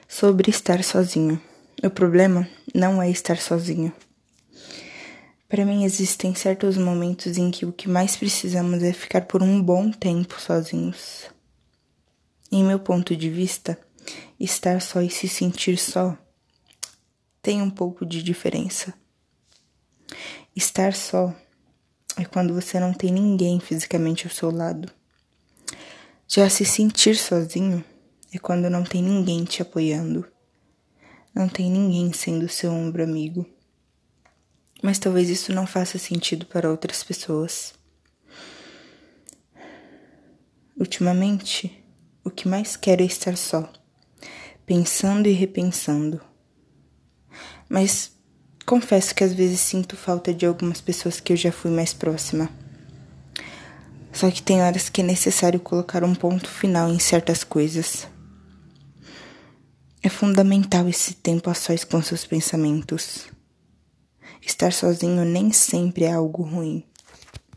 sobre estar sozinho. O problema não é estar sozinho. Para mim, existem certos momentos em que o que mais precisamos é ficar por um bom tempo sozinhos. Em meu ponto de vista, estar só e se sentir só tem um pouco de diferença. Estar só é quando você não tem ninguém fisicamente ao seu lado. Já se sentir sozinho é quando não tem ninguém te apoiando. Não tem ninguém sendo seu ombro amigo. Mas talvez isso não faça sentido para outras pessoas. Ultimamente, o que mais quero é estar só, pensando e repensando. Mas confesso que às vezes sinto falta de algumas pessoas que eu já fui mais próxima. Só que tem horas que é necessário colocar um ponto final em certas coisas. É fundamental esse tempo a sós com seus pensamentos. Estar sozinho nem sempre é algo ruim.